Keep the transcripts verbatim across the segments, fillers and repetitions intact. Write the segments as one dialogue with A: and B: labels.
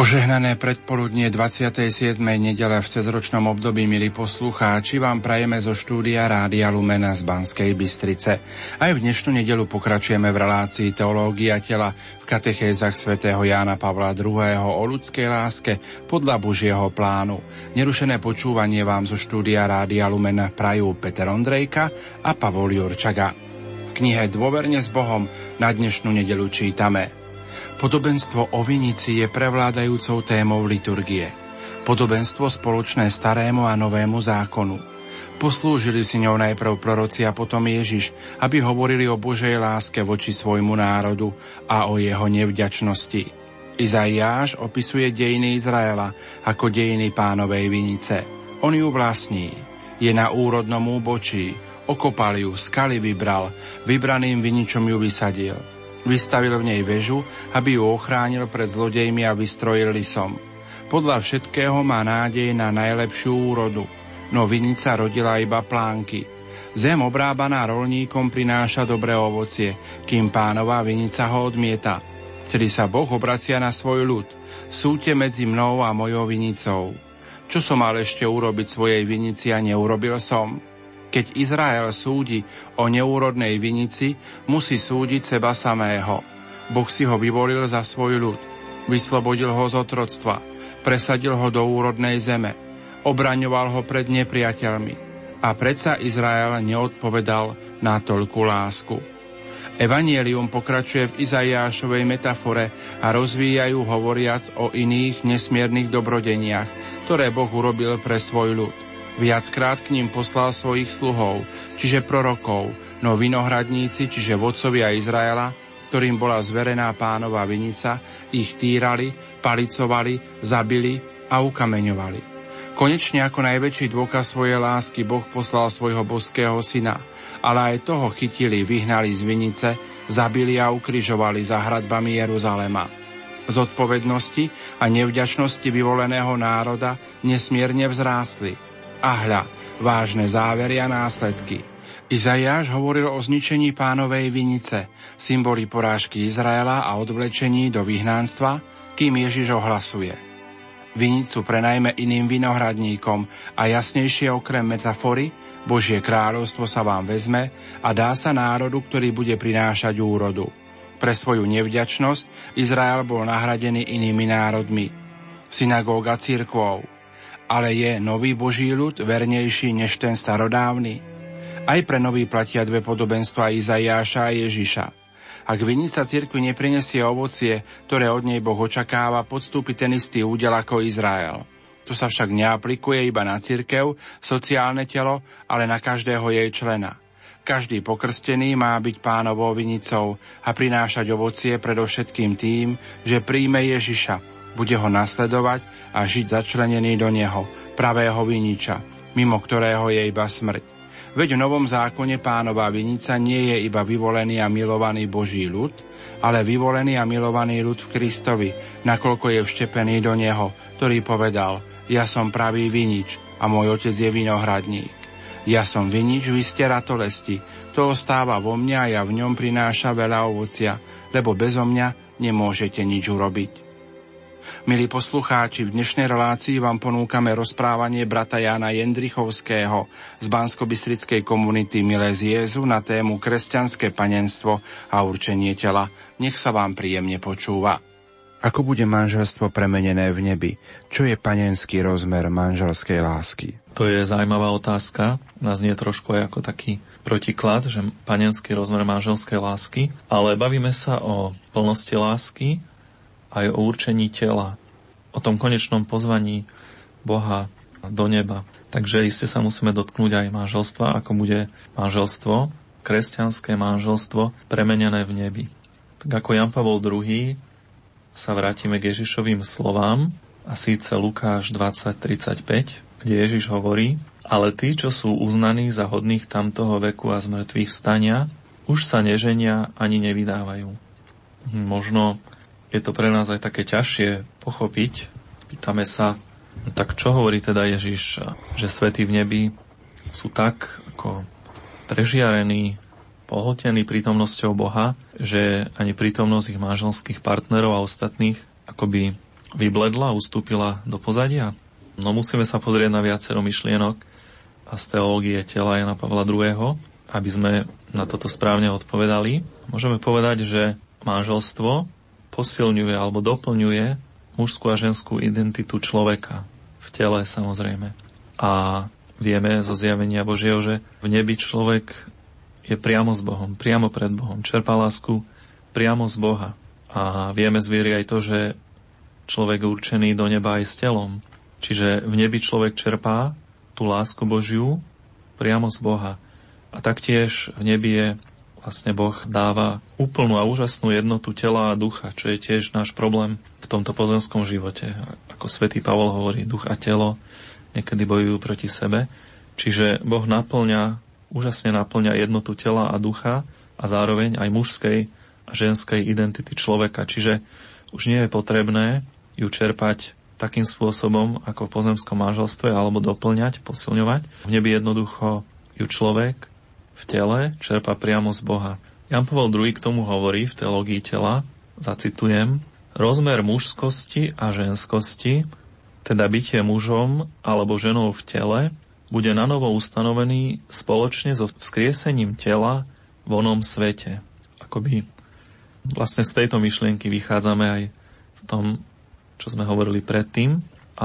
A: Požehnané predpoludnie dvadsiatej siedmej nedele v cezročnom období, milí poslucháči, vám prajeme zo štúdia Rádia Lumena z Banskej Bystrice. Aj v dnešnú nedelu pokračujeme v relácii Teológia tela v katechézach svätého Jána Pavla druhého. o ľudskej láske podľa Božieho plánu. Nerušené počúvanie vám zo štúdia Rádia Lumena prajú Peter Ondrejka a Pavol Jurčaga. V knihe Dôverne s Bohom na dnešnú nedelu čítame: Podobenstvo o vinici je prevládajúcou témou liturgie. Podobenstvo spoločné starému a novému zákonu. Poslúžili si ňou najprv proroci a potom Ježiš, aby hovorili o Božej láske voči svojmu národu a o jeho nevďačnosti. Izaiáš opisuje dejiny Izraela ako dejiny Pánovej vinice. On ju vlastní. Je na úrodnom úbočí. Okopal ju, skaly vybral, vybraným viničom ju vysadil. Vystavil v nej väžu, aby ju ochránil pred zlodejmi a vystrojil lisom. Podľa všetkého má nádej na najlepšiu úrodu, no vinica rodila iba plánky. Zem obrábaná roľníkom prináša dobré ovocie, kým Pánova vinica ho odmieta. Vtedy sa Boh obracia na svoj ľud. Súďte medzi mnou a mojou vinicou. Čo som mal ešte urobiť svojej vinici a neurobil som? Keď Izrael súdi o neúrodnej vinici, musí súdiť seba samého. Boh si ho vyvolil za svoj ľud. Vyslobodil ho z otroctva. Presadil ho do úrodnej zeme. Obraňoval ho pred nepriateľmi. A predsa Izrael neodpovedal na toľkú lásku. Evangelium pokračuje v Izaiášovej metafore a rozvíjajú hovoriac o iných nesmiernych dobrodeniach, ktoré Boh urobil pre svoj ľud. Viackrát k ním poslal svojich sluhov, čiže prorokov, no vinohradníci, čiže vodcovia Izraela, ktorým bola zverená Pánova vinica, ich týrali, palicovali, zabili a ukameňovali. Konečne ako najväčší dôkaz svojej lásky Boh poslal svojho božského syna, ale aj toho chytili, vyhnali z vinice, zabili a ukrižovali za hradbami Jeruzalema. Zodpovednosti a nevďačnosti vyvoleného národa nesmierne vzrástli. A hľa, vážne závery a následky. Izaiáš hovoril o zničení Pánovej vinice, symboli porážky Izraela a odvlečení do vyhnánstva, kým Ježiš ohlasuje: Vinicu prenajme iným vinohradníkom a jasnejšie okrem metafory, Božie kráľovstvo sa vám vezme a dá sa národu, ktorý bude prinášať úrodu. Pre svoju nevďačnosť Izrael bol nahradený inými národmi. Synagóga cirkvou. Ale je nový Boží ľud vernejší než ten starodávny? Aj pre nový platia dve podobenstvá Izaiáša a Ježiša. Ak vinica cirkvi neprinesie ovocie, ktoré od nej Boh očakáva, podstúpi ten istý údel ako Izrael. To sa však neaplikuje iba na cirkev, sociálne telo, ale na každého jej člena. Každý pokrstený má byť Pánovou vinicou a prinášať ovocie predovšetkým tým, že príjme Ježiša, bude ho nasledovať a žiť začlenený do neho, pravého viniča, mimo ktorého je iba smrť. Veď v Novom zákone Pánova vinica nie je iba vyvolený a milovaný Boží ľud, ale vyvolený a milovaný ľud v Kristovi, nakoľko je vštepený do neho, ktorý povedal: Ja som pravý vinič a môj otec je vinohradník. Ja som vinič, vy ste ratolesti, to ostáva vo mňa a ja v ňom prináša veľa ovocia, lebo bezo mňa nemôžete nič urobiť. Milí poslucháči, v dnešnej relácii vám ponúkame rozprávanie brata Jána Jendrichovského z banskobystrickej komunity Milé z Jézu na tému kresťanské panenstvo a určenie tela. Nech sa vám príjemne počúva. Ako bude manželstvo premenené v nebi? Čo je panenský rozmer manželskej lásky?
B: To je zaujímavá otázka. Nás nie trošku aj ako taký protiklad, že panenský rozmer manželskej lásky, ale bavíme sa o plnosti lásky, aj o určení tela, o tom konečnom pozvaní Boha do neba. Takže iste sa musíme dotknúť aj manželstva, ako bude manželstvo, kresťanské manželstvo, premenené v nebi. Tak ako Jan Pavol druhý sa vrátime k Ježišovým slovám, a síce Lukáš dvadsať tridsaťpäť, kde Ježiš hovorí: Ale tí, čo sú uznaní za hodných tamtoho veku a z mŕtvych vstania, už sa neženia ani nevydávajú. Možno je to pre nás aj také ťažšie pochopiť. Pýtame sa, no tak čo hovorí teda Ježiš, že svätí v nebi sú tak ako prežiarení, pohltení prítomnosťou Boha, že ani prítomnosť ich manželských partnerov a ostatných akoby vybledla, ustúpila do pozadia? No musíme sa pozrieť na viacero myšlienok a z teológie tela Jana Pavla druhého., aby sme na toto správne odpovedali. Môžeme povedať, že manželstvo posilňuje alebo doplňuje mužskú a ženskú identitu človeka. V tele samozrejme. A vieme zo zjavenia Božieho, že v nebi človek je priamo s Bohom, priamo pred Bohom. Čerpá lásku priamo z Boha. A vieme z viery aj to, že človek je určený do neba aj s telom. Čiže v nebi človek čerpá tú lásku Božiu priamo z Boha. A taktiež v nebi je vlastne Boh dáva úplnú a úžasnú jednotu tela a ducha, čo je tiež náš problém v tomto pozemskom živote. Ako svätý Pavol hovorí, duch a telo niekedy bojujú proti sebe. Čiže Boh naplňa, úžasne naplňa jednotu tela a ducha a zároveň aj mužskej a ženskej identity človeka. Čiže už nie je potrebné ju čerpať takým spôsobom, ako v pozemskom manželstve, alebo doplňať, posilňovať. V nebi jednoducho ju človek v tele čerpa priamo z Boha. Jan Pavol druhý. K tomu hovorí v teológii tela, zacitujem, rozmer mužskosti a ženskosti, teda bytie mužom alebo ženou v tele, bude nanovo ustanovený spoločne so vzkriesením tela v onom svete. Akoby vlastne z tejto myšlienky vychádzame aj v tom, čo sme hovorili predtým. A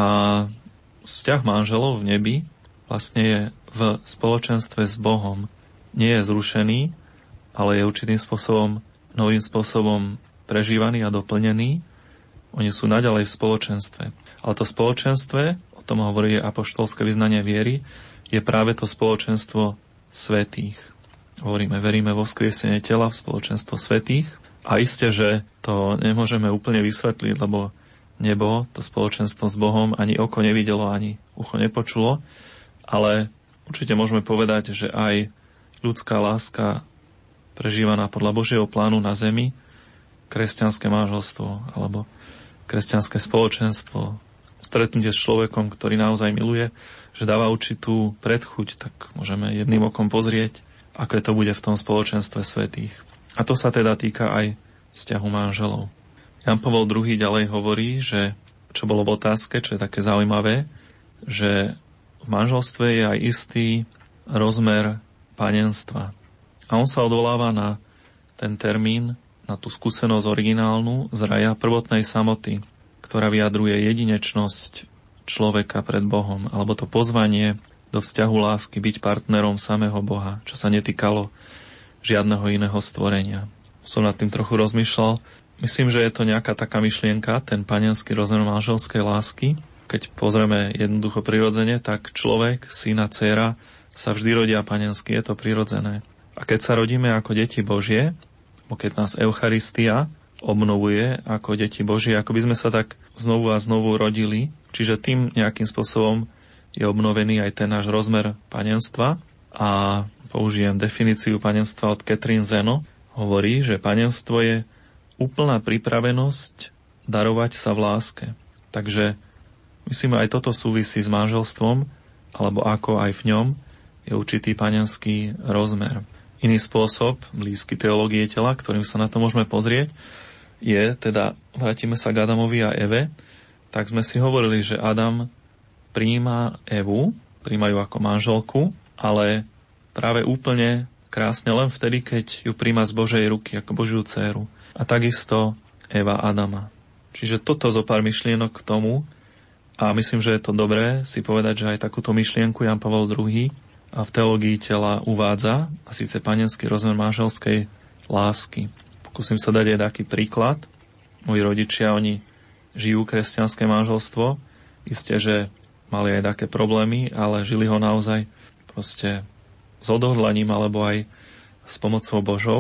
B: vzťah manželov v nebi vlastne je v spoločenstve s Bohom. Nie je zrušený, ale je určitým spôsobom, novým spôsobom prežívaný a doplnený. Oni sú naďalej v spoločenstve. Ale to spoločenstve, o tom hovorí apoštolské vyznanie viery, je práve to spoločenstvo svätých. Hovoríme, veríme vo vzkriesenie tela, v spoločenstvo svätých. A isté, že to nemôžeme úplne vysvetliť, lebo nebo, to spoločenstvo s Bohom, ani oko nevidelo, ani ucho nepočulo. Ale určite môžeme povedať, že aj ľudská láska prežívaná podľa Božieho plánu na zemi, kresťanské manželstvo alebo kresťanské spoločenstvo, stretnutie s človekom, ktorý naozaj miluje, že dáva určitú predchuť, tak môžeme jedným okom pozrieť, aké to bude v tom spoločenstve svätých. A to sa teda týka aj vzťahu manželov. Jan Pavol druhý. ďalej hovorí, že čo bolo v otázke, čo je také zaujímavé, že v manželstve je aj istý rozmer panenstva. A on sa odvoláva na ten termín, na tú skúsenosť originálnu z raja prvotnej samoty, ktorá vyjadruje jedinečnosť človeka pred Bohom, alebo to pozvanie do vzťahu lásky byť partnerom samého Boha, čo sa netýkalo žiadneho iného stvorenia. Som nad tým trochu rozmýšľal. Myslím, že je to nejaká taká myšlienka, ten panenský rozmer manželskej lásky. Keď pozrieme jednoducho prirodzene, tak človek, syn a dcéra sa vždy rodia panensky, je to prirodzené. A keď sa rodíme ako deti Božie, bo keď nás Eucharistia obnovuje ako deti Božie, ako by sme sa tak znovu a znovu rodili, čiže tým nejakým spôsobom je obnovený aj ten náš rozmer panenstva. A použijem definíciu panenstva od Catherine Zeno, hovorí, že panenstvo je úplná pripravenosť darovať sa v láske. Takže myslím, aj toto súvisí s manželstvom, alebo ako aj v ňom je určitý panenský rozmer. Iný spôsob, blízky teológie tela, ktorým sa na to môžeme pozrieť, je teda, vrátime sa k Adamovi a Eve, tak sme si hovorili, že Adam prijíma Evu, prijíma ju ako manželku, ale práve úplne krásne len vtedy, keď ju prijíma z Božej ruky ako Božiu dcéru. A takisto Eva Adama. Čiže toto zo pár myšlienok k tomu, a myslím, že je to dobré si povedať, že aj takúto myšlienku Jan Pavol druhý. a v teológii tela uvádza, a síce panenský rozmer manželskej lásky. Pokúsim sa dať aj taký príklad. Moji rodičia, oni žijú kresťanské manželstvo. Isté, že mali aj také problémy, ale žili ho naozaj proste s odhodlaním alebo aj s pomocou Božou.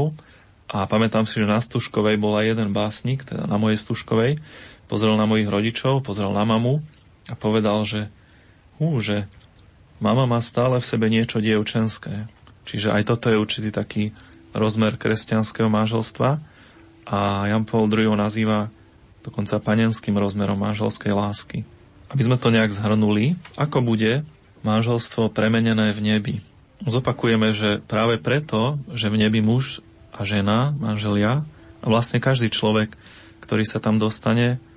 B: A pamätám si, že na Stužkovej bola jeden básnik, teda na mojej Stužkovej, pozrel na mojich rodičov, pozrel na mamu a povedal, že hú, že mama má stále v sebe niečo dievčenské. Čiže aj toto je určitý taký rozmer kresťanského manželstva a Jan Pavol druhý. Ho nazýva dokonca panenským rozmerom manželskej lásky. Aby sme to nejak zhrnuli, ako bude manželstvo premenené v nebi. Zopakujeme, že práve preto, že v nebi muž a žena, manželia, a vlastne každý človek, ktorý sa tam dostane,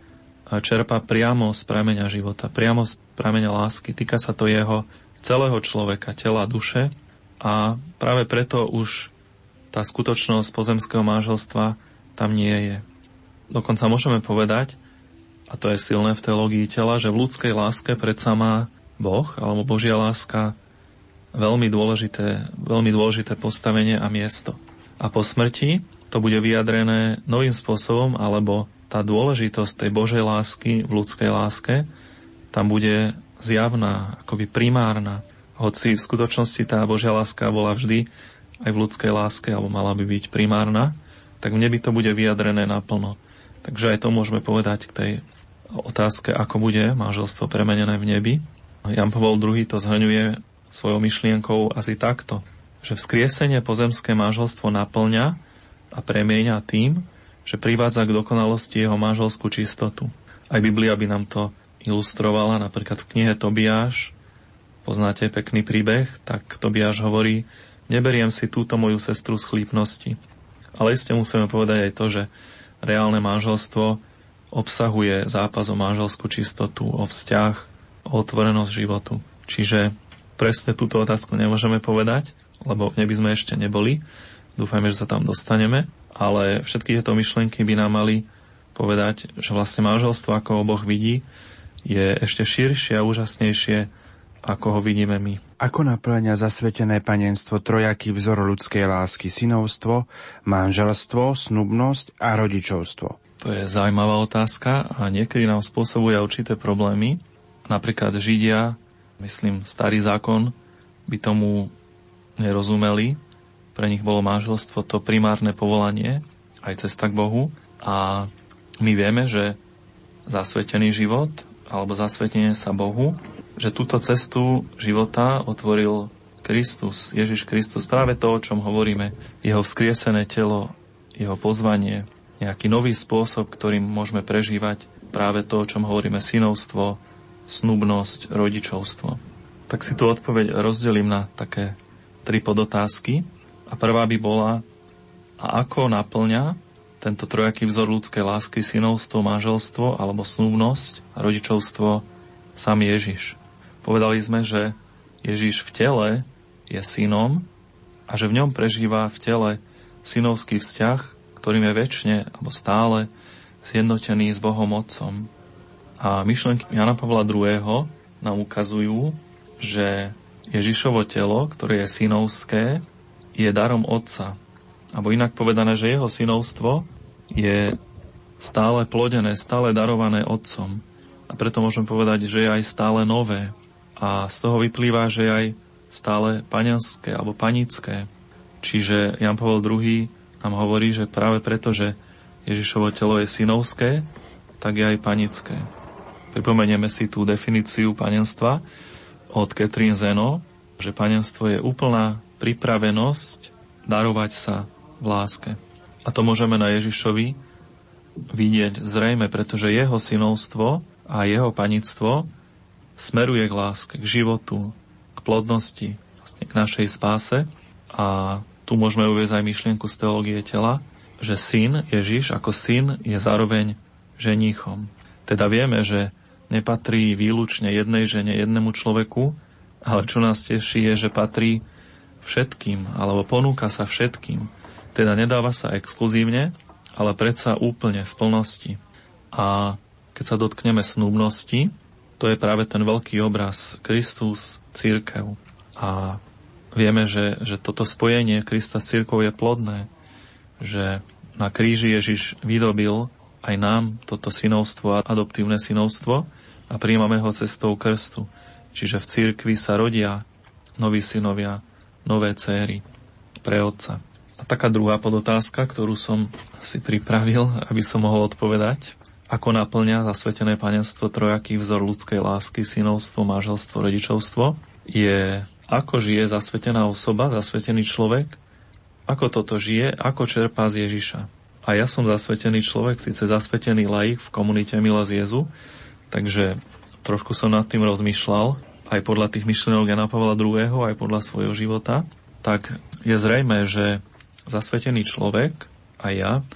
B: čerpá priamo z prameňa života, priamo z prameňa lásky. Týka sa to jeho celého človeka, tela, duše a práve preto už tá skutočnosť pozemského manželstva tam nie je. Dokonca môžeme povedať, a to je silné v teológii tela, že v ľudskej láske predsa má Boh, alebo Božia láska, veľmi dôležité, veľmi dôležité postavenie a miesto. A po smrti to bude vyjadrené novým spôsobom, alebo tá dôležitosť tej Božej lásky v ľudskej láske tam bude zjavná, akoby primárna. Hoci v skutočnosti tá Božia láska bola vždy aj v ľudskej láske, alebo mala by byť primárna, tak v nebi to bude vyjadrené naplno. Takže aj to môžeme povedať k tej otázke, ako bude manželstvo premenené v nebi. Jan Pavol druhý to zhrňuje svojou myšlienkou asi takto, že vzkriesenie pozemské manželstvo naplňa a premieňa tým, že privádza k dokonalosti jeho manželskú čistotu. Aj Biblia by nám to ilustrovala, napríklad v knihe Tobiáš, poznáte pekný príbeh, tak Tobiáš hovorí, neberiem si túto moju sestru z chlípnosti. Ale iste musíme povedať aj to, že reálne manželstvo obsahuje zápas o manželskú čistotu, o vzťah, o otvorenosť životu. Čiže presne túto otázku nemôžeme povedať, lebo neby sme ešte neboli. Dúfajme, že sa tam dostaneme. Ale všetky tieto myšlienky by nám mali povedať, že vlastne manželstvo, ako ho Boh vidí, je ešte širšie a úžasnejšie, ako ho vidíme my.
A: Ako naplňa zasvetené panenstvo trojaký vzor ľudskej lásky, synovstvo, manželstvo, snubnosť a rodičovstvo?
B: To je zaujímavá otázka a niekedy nám spôsobuje určité problémy. Napríklad Židia, myslím, starý zákon, by tomu nerozumeli. Pre nich bolo manželstvo to primárne povolanie, aj cesta k Bohu. A my vieme, že zasvetený život, alebo zasvetenie sa Bohu, že túto cestu života otvoril Kristus, Ježiš Kristus. Práve to, o čom hovoríme, jeho vzkriesené telo, jeho pozvanie, nejaký nový spôsob, ktorým môžeme prežívať práve to, o čom hovoríme, synovstvo, snubnosť, rodičovstvo. Tak si tú odpoveď rozdelím na také tri podotázky. A prvá by bola, a ako naplňa tento trojaký vzor ľudskej lásky, synovstvo, manželstvo alebo snubnosť a rodičovstvo sám Ježiš. Povedali sme, že Ježiš v tele je synom a že v ňom prežíva v tele synovský vzťah, ktorým je večne alebo stále zjednotený s Bohom Otcom. A myšlienky Jana Pavla druhého. nám ukazujú, že Ježišovo telo, ktoré je synovské, je darom Otca. Alebo inak povedané, že jeho synovstvo je stále plodené, stále darované Otcom. A preto môžeme povedať, že je aj stále nové. A z toho vyplýva, že je aj stále panenské alebo panické. Čiže Jan Pavol druhý. nám hovorí, že práve preto, že Ježišovo telo je synovské, tak je aj panické. Pripomenieme si tú definíciu panenstva od Catherine Zeno, že panenstvo je úplná pripravenosť darovať sa v láske. A to môžeme na Ježišovi vidieť zrejme, pretože jeho synovstvo a jeho panictvo smeruje k láske, k životu, k plodnosti, vlastne k našej spáse. A tu môžeme uviesť aj myšlienku z teológie tela, že syn Ježiš ako syn je zároveň ženíchom. Teda vieme, že nepatrí výlučne jednej žene, jednému človeku, ale čo nás teší je, že patrí všetkým, alebo ponúka sa všetkým. Teda nedáva sa exkluzívne, ale predsa úplne v plnosti. A keď sa dotkneme snúbnosti, to je práve ten veľký obraz Kristus, cirkev. A vieme, že, že toto spojenie Krista s cirkvou je plodné, že na kríži Ježiš vydobil aj nám toto synovstvo, adoptívne synovstvo a prijímame ho cestou krstu. Čiže v cirkvi sa rodia noví synovia, nové céry pre Otca. A taká druhá podotázka, ktorú som si pripravil, aby som mohol odpovedať, ako naplňa zasvetené panenstvo trojaký vzor ľudskej lásky, synovstvo, manželstvo, rodičovstvo, je ako žije zasvetená osoba, zasvetený človek, ako toto žije, ako čerpá z Ježiša. A ja som zasvetený človek, síce zasvetený laik v komunite Mila z Jezu, takže trošku som nad tým rozmýšľal, aj podľa tých myšlienok Jana Pavla druhého, aj podľa svojho života, tak je zrejmé, že zasvetený človek, aj ja,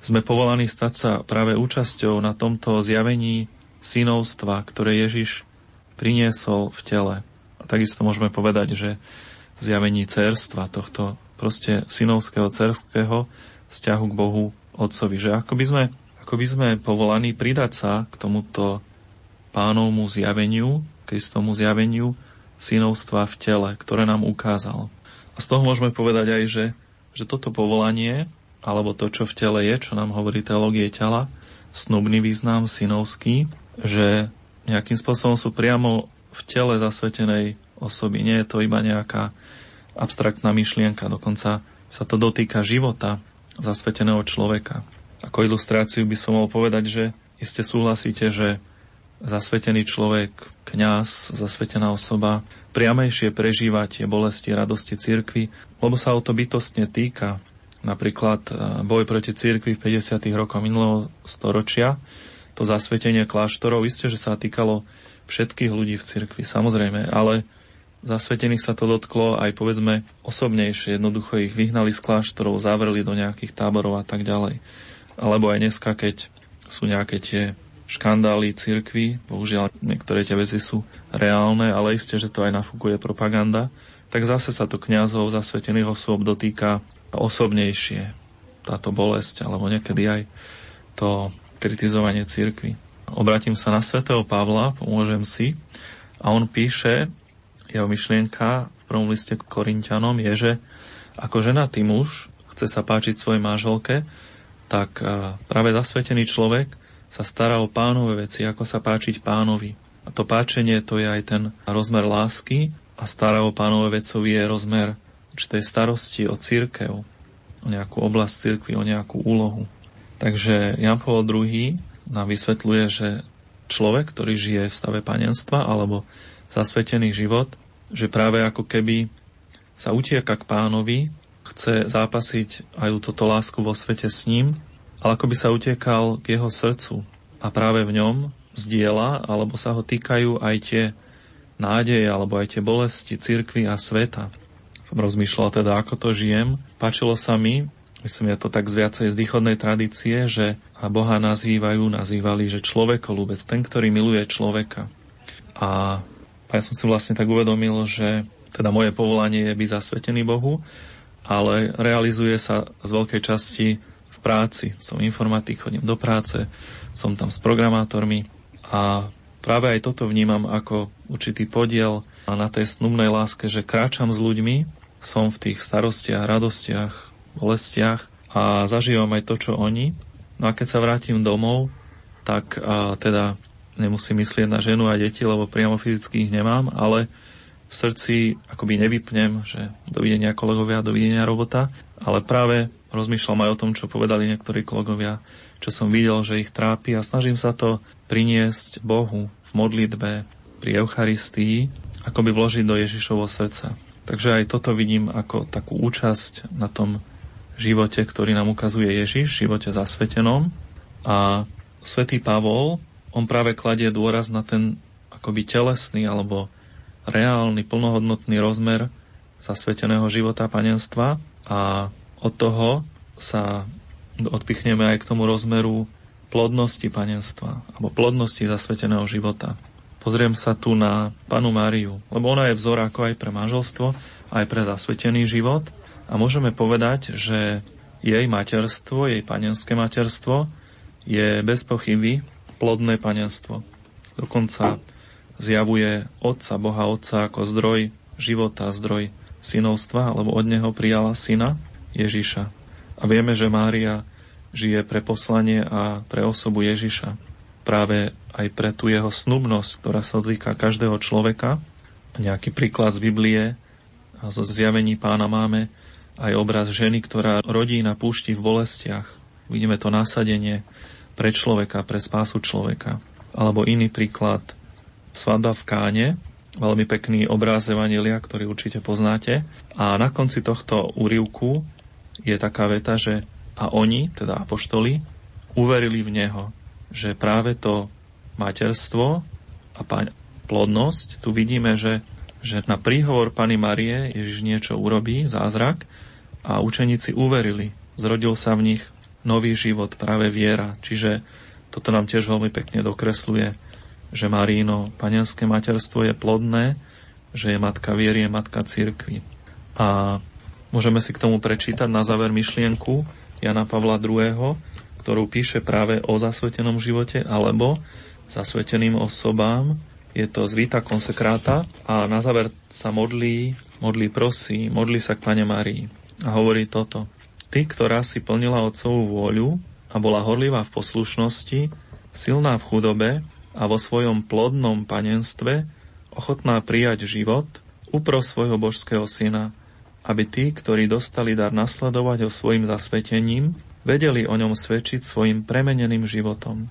B: sme povolaní stať sa práve účasťou na tomto zjavení synovstva, ktoré Ježiš priniesol v tele. A takisto môžeme povedať, že zjavení dcérstva, tohto proste synovského, dcérského vzťahu k Bohu Otcovi. Že ako by sme, ako by sme povolaní pridať sa k tomuto Pánovmu zjaveniu, Kristomu zjaveniu synovstva v tele, ktoré nám ukázal. A z toho môžeme povedať aj, že, že toto povolanie, alebo to, čo v tele je, čo nám hovorí teológie tela, snubný význam synovský, že nejakým spôsobom sú priamo v tele zasvetenej osoby. Nie je to iba nejaká abstraktná myšlienka, dokonca sa to dotýka života zasveteného človeka. Ako ilustráciu by som mohol povedať, že iste súhlasíte, že zasvetený človek, kňaz, zasvetená osoba priamejšie prežíva tie bolesti, radosti cirkvi, lebo sa o to bytostne týka. Napríklad boj proti cirkvi v päťdesiatych rokoch minulého storočia, to zasvetenie kláštorov, isté, že sa týkalo všetkých ľudí v cirkvi, samozrejme, ale zasvetených sa to dotklo aj, povedzme, osobnejšie. Jednoducho ich vyhnali z kláštorov, zavreli do nejakých táborov a tak ďalej. Alebo aj dneska, keď sú nejaké tie škandály cirkvi, bohužiaľ niektoré tie veci sú reálne, ale isté, že to aj nafúkuje propaganda, tak zase sa to kňazov, zasvetených osôb dotýka osobnejšie táto bolesť, alebo niekedy aj to kritizovanie cirkvi. Obratím sa na svätého Pavla, pomôžem si, a on píše, jeho myšlienka v prvom liste k Korinťanom je, že ako ženatý muž chce sa páčiť svojej manželke, tak práve zasvetený človek sa stará o Pánove veci, ako sa páčiť Pánovi. A to páčenie, to je aj ten rozmer lásky, a stará o Pánove vecovi je rozmer určitej starosti o cirkev, o nejakú oblasť cirkvi, o nejakú úlohu. Takže Ján Pavol druhý nám vysvetľuje, že človek, ktorý žije v stave panenstva alebo zasvetený život, že práve ako keby sa utieka k Pánovi, chce zápasiť aj túto lásku vo svete s ním, ale ako by sa utiekal k jeho srdcu. A práve v ňom zdieľa, alebo sa ho týkajú aj tie nádeje, alebo aj tie bolesti cirkvi a sveta. Som rozmýšľal teda, ako to žijem. Páčilo sa mi, myslím, je to tak z viacej z východnej tradície, že Boha nazývajú, nazývali, že človekolúbec, ten, ktorý miluje človeka. A, a ja som si vlastne tak uvedomil, že teda moje povolanie je byť zasvetený Bohu, ale realizuje sa z veľkej časti v práci. Som informatik, chodím do práce, som tam s programátormi a práve aj toto vnímam ako určitý podiel na tej snubnej láske, že kráčam s ľuďmi, som v tých starostiach, radostiach, bolestiach a zažívam aj to, čo oni. No a keď sa vrátim domov, tak a, teda nemusím myslieť na ženu a deti, lebo priamo fyzicky ich nemám, ale v srdci akoby nevypnem, že dovidenia kolegovia, dovidenia robota, ale práve rozmýšľam aj o tom, čo povedali niektorí kolegovia, čo som videl, že ich trápi a snažím sa to priniesť Bohu v modlitbe, pri Eucharistii, ako by vložiť do Ježišovho srdca. Takže aj toto vidím ako takú účasť na tom živote, ktorý nám ukazuje Ježiš, živote zasvetenom. A svätý Pavol, on práve kladie dôraz na ten akoby telesný alebo reálny, plnohodnotný rozmer zasveteného života panenstva a od toho sa odpichneme aj k tomu rozmeru plodnosti panenstva alebo plodnosti zasveteného života. Pozriem sa tu na Pannu Máriu, lebo ona je vzor ako aj pre manželstvo, aj pre zasvetený život a môžeme povedať, že jej materstvo, jej panenské materstvo je bez pochyby plodné panenstvo. Dokonca zjavuje Otca, Boha Otca ako zdroj života, zdroj synovstva, lebo od neho prijala syna Ježiša. A vieme, že Mária žije pre poslanie a pre osobu Ježiša. Práve aj pre tú jeho snubnosť, ktorá sa dotýka každého človeka. Nejaký príklad z Biblie a zo zjavení Pána máme aj obraz ženy, ktorá rodí na púšti v bolestiach. Vidíme to nasadenie pre človeka, pre spásu človeka. Alebo iný príklad, svadba v Káne, veľmi pekný obraz evanjelia, ktorý určite poznáte. A na konci tohto úryvku je taká veta, že a oni, teda apoštoli, uverili v Neho, že práve to materstvo a plodnosť, tu vidíme, že, že na príhovor Panny Márie Ježiš niečo urobí, zázrak, a učeníci uverili. Zrodil sa v nich nový život, práve viera. Čiže toto nám tiež veľmi pekne dokresľuje, že Marino panenské materstvo je plodné, že je matka viery, je matka cirkvi. A môžeme si k tomu prečítať na záver myšlienku Jana Pavla druhého., ktorú píše práve o zasvetenom živote alebo zasveteným osobám. Je to z Vita Consecrata a na záver sa modlí, modlí prosí, modlí sa k Pane Márii a hovorí toto. Ty, ktorá si plnila Otcovú vôľu a bola horlivá v poslušnosti, silná v chudobe a vo svojom plodnom panenstve, ochotná prijať život, upros svojho božského syna, aby tí, ktorí dostali dar nasledovať ho svojim zasvetením, vedeli o ňom svedčiť svojim premeneným životom.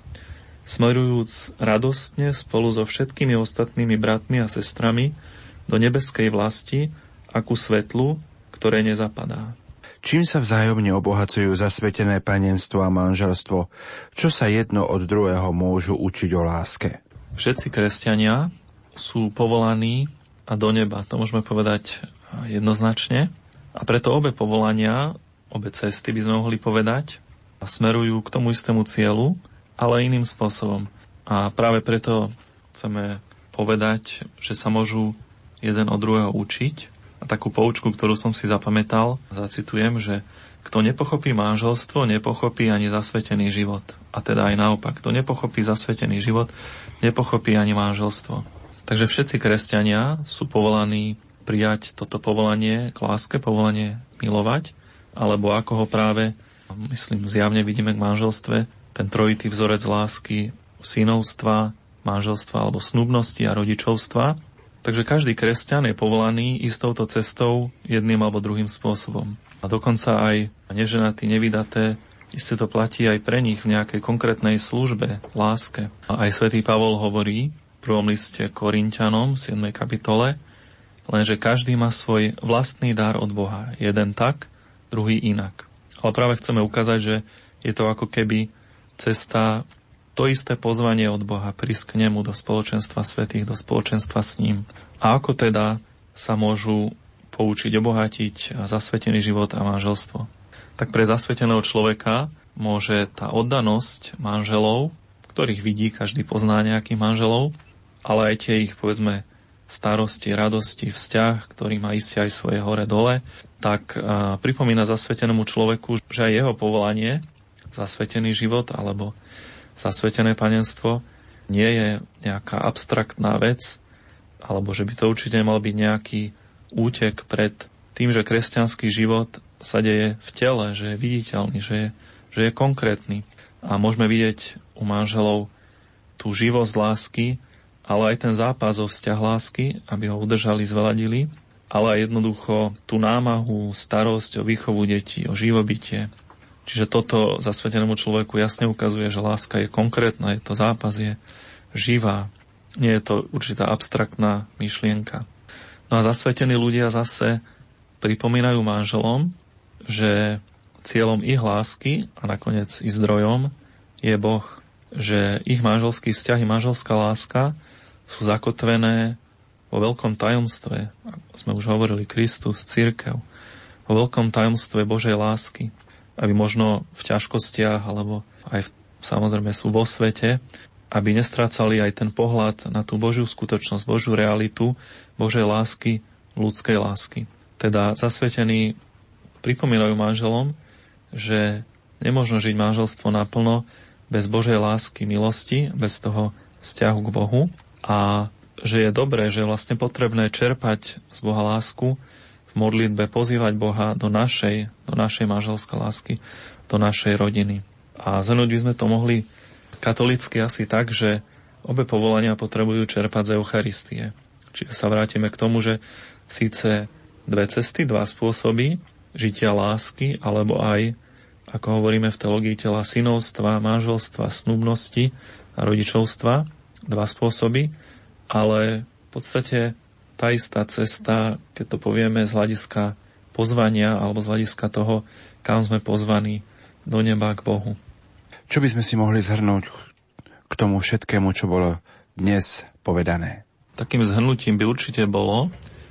B: Smerujúc radostne spolu so všetkými ostatnými bratmi a sestrami do nebeskej vlasti a ku svetlu, ktoré nezapadá.
A: Čím sa vzájomne obohacujú zasvetené panenstvo a manželstvo? Čo sa jedno od druhého môžu učiť o láske?
B: Všetci kresťania sú povolaní a do neba, to môžeme povedať jednoznačne. A preto obe povolania, obe cesty by sme mohli povedať, smerujú k tomu istému cieľu, ale iným spôsobom. A práve preto chceme povedať, že sa môžu jeden od druhého učiť. A takú poučku, ktorú som si zapamätal, zacitujem, že kto nepochopí manželstvo, nepochopí ani zasvetený život. A teda aj naopak, kto nepochopí zasvetený život, nepochopí ani manželstvo. Takže všetci kresťania sú povolaní prijať toto povolanie k láske, povolanie milovať, alebo ako ho práve, myslím, zjavne vidíme k manželstve, ten trojitý vzorec lásky, synovstva, manželstva alebo snúbnosti a rodičovstva. Takže každý kresťan je povolaný ísť touto cestou jedným alebo druhým spôsobom. A dokonca aj neženatí, nevydaté, isté to platí aj pre nich v nejakej konkrétnej službe, láske. A aj svätý Pavol hovorí v prvom liste Korinťanom, siedmej kapitole, lenže každý má svoj vlastný dar od Boha. Jeden tak, druhý inak. Ale práve chceme ukázať, že je to ako keby cesta, to isté pozvanie od Boha, prísť k nemu do spoločenstva svätých, do spoločenstva s ním. A ako teda sa môžu poučiť, obohatiť zasvetený život a manželstvo? Tak pre zasveteného človeka môže tá oddanosť manželov, ktorých vidí, každý pozná nejakých manželov, ale aj tie ich, povedzme, starosti, radosti, vzťah, ktorý má iste aj svoje hore-dole, tak a, pripomína zasvetenému človeku, že aj jeho povolanie, zasvetený život alebo zasvetené panenstvo nie je nejaká abstraktná vec, alebo že by to určite mal byť nejaký útek pred tým, že kresťanský život sa deje v tele, že je viditeľný, že je, že je konkrétny. A môžeme vidieť u manželov tú živosť lásky, ale aj ten zápas o vzťah lásky, aby ho udržali, zveladili, ale aj jednoducho tú námahu, starosť o výchovu detí, o živobytie. Čiže toto zasvetenému človeku jasne ukazuje, že láska je konkrétna, je to zápas, je živá, nie je to určitá abstraktná myšlienka. No a zasvetení ľudia zase pripomínajú manželom, že cieľom ich lásky a nakoniec i zdrojom je Boh, že ich manželský vzťah i manželská láska sú zakotvené vo veľkom tajomstve, ako sme už hovorili, Kristus, cirkev, vo veľkom tajomstve Božej lásky, aby možno v ťažkostiach, alebo aj v, samozrejme sú vo svete, aby nestrácali aj ten pohľad na tú Božiu skutočnosť, Božiu realitu, Božej lásky, ľudskej lásky. Teda zasvetení pripomínajú manželom, že nemožno žiť manželstvo naplno bez Božej lásky, milosti, bez toho vzťahu k Bohu a že je dobré, že je vlastne potrebné čerpať z Boha lásku, v modlitbe pozývať Boha do našej, do našej manželskej lásky, do našej rodiny. A zhrnúť by sme to mohli katolícky asi tak, že obe povolania potrebujú čerpať z Eucharistie. Čiže sa vrátime k tomu, že síce dve cesty, dva spôsoby žitia lásky, alebo aj, ako hovoríme v teológii tela, synovstva, manželstva, snúbnosti a rodičovstva, dva spôsoby, ale v podstate tá istá cesta, keď to povieme z hľadiska pozvania alebo z hľadiska toho, kam sme pozvaní do neba k Bohu.
A: Čo by sme si mohli zhrnúť k tomu všetkému, čo bolo dnes povedané?
B: Takým zhrnutím by určite bolo,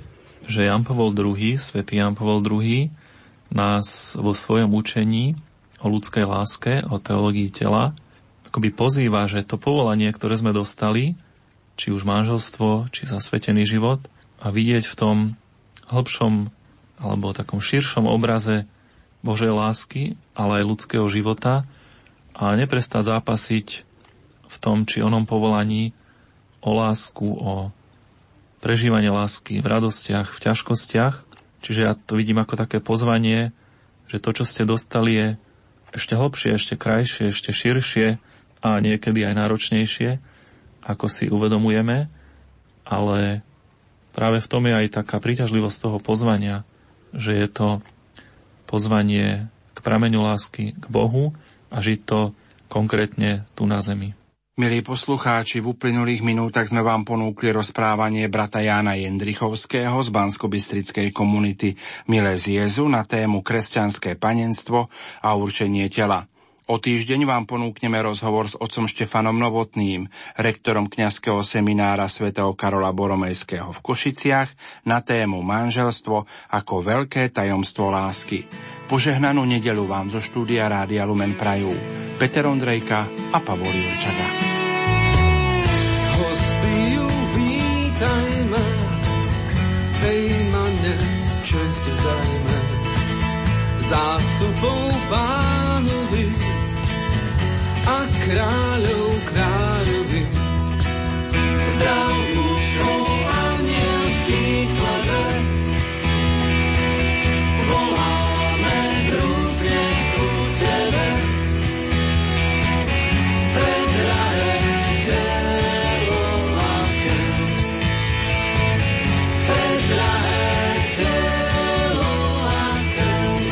B: že Ján Pavol druhý., svätý Ján Pavol druhý. nás vo svojom učení o ľudskej láske, o teológii tela, akoby pozýva, že to povolanie, ktoré sme dostali, či už manželstvo, či zasvetený život, a vidieť v tom hlbšom alebo takom širšom obraze Božej lásky, ale aj ľudského života a neprestať zápasiť v tom, či onom povolaní o lásku, o prežívanie lásky v radostiach, v ťažkostiach. Čiže ja to vidím ako také pozvanie, že to, čo ste dostali, je ešte hlbšie, ešte krajšie, ešte širšie a niekedy aj náročnejšie, ako si uvedomujeme, ale práve v tom je aj taká príťažlivosť toho pozvania, že je to pozvanie k prameňu lásky k Bohu a žiť to konkrétne tu na zemi.
A: Milí poslucháči, v uplynulých minútach sme vám ponúkli rozprávanie brata Jána Jendrichovského z banskobystrickej komunity Miles Jezu na tému kresťanské panenstvo a určenie tela. O týždeň vám ponúkneme rozhovor s otcom Štefanom Novotným, rektorom kňazského seminára svätého Karola Boromejského v Košiciach na tému manželstvo ako veľké tajomstvo lásky. Požehnanú nedeľu vám zo štúdia Rádia Lumen prajú Peter Ondrejka a Pavol Jurčaga.
C: Hostiu vítajme, tej mane čest zdajme, zástupou Pánovi a kráľov kráľovi. Zdrav účtou anielských klebek, voláme brúzne ku tebe, predrahé telo a krv, predrahé telo a krv.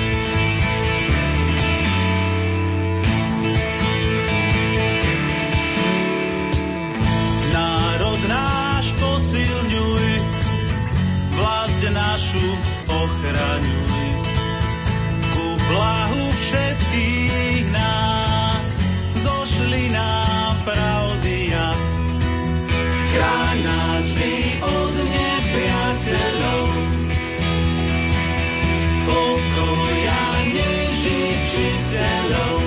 C: Našu ochraňuj, ku blahu všetkých nás, zošli nám pravdy jas. Chráň nás vždy od nepriateľov, pokoja nežičiteľov,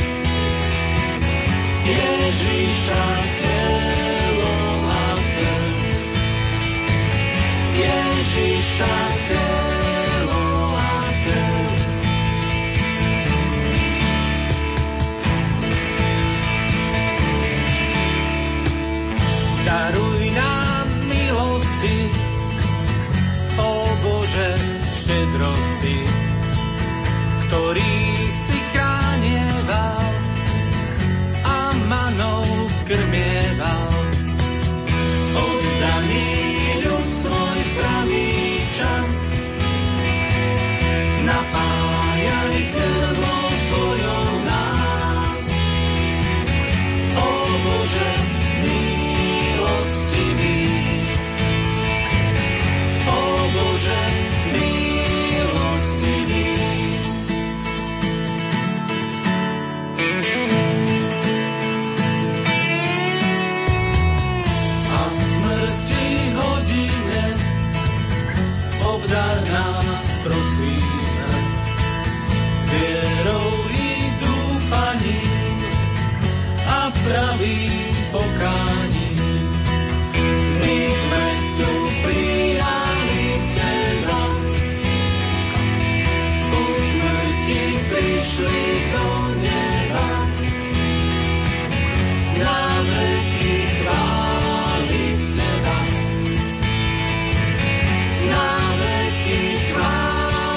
C: Ježiša telo a krv, Ježiša telo a krv. Daruj nám milosti, ó Bože štedrosti, ktorý si chránieval a manou krmieval. Oddaný ľud svoj pravý čas, napájaj krvou svojou nás. Ó Bože milostivý, ó Bože milostivý. A v smrti hodine obdar nás, prosíme, vierou i dúfaním a pravým pokáním. My sme tu prijali teba, po smrti prišli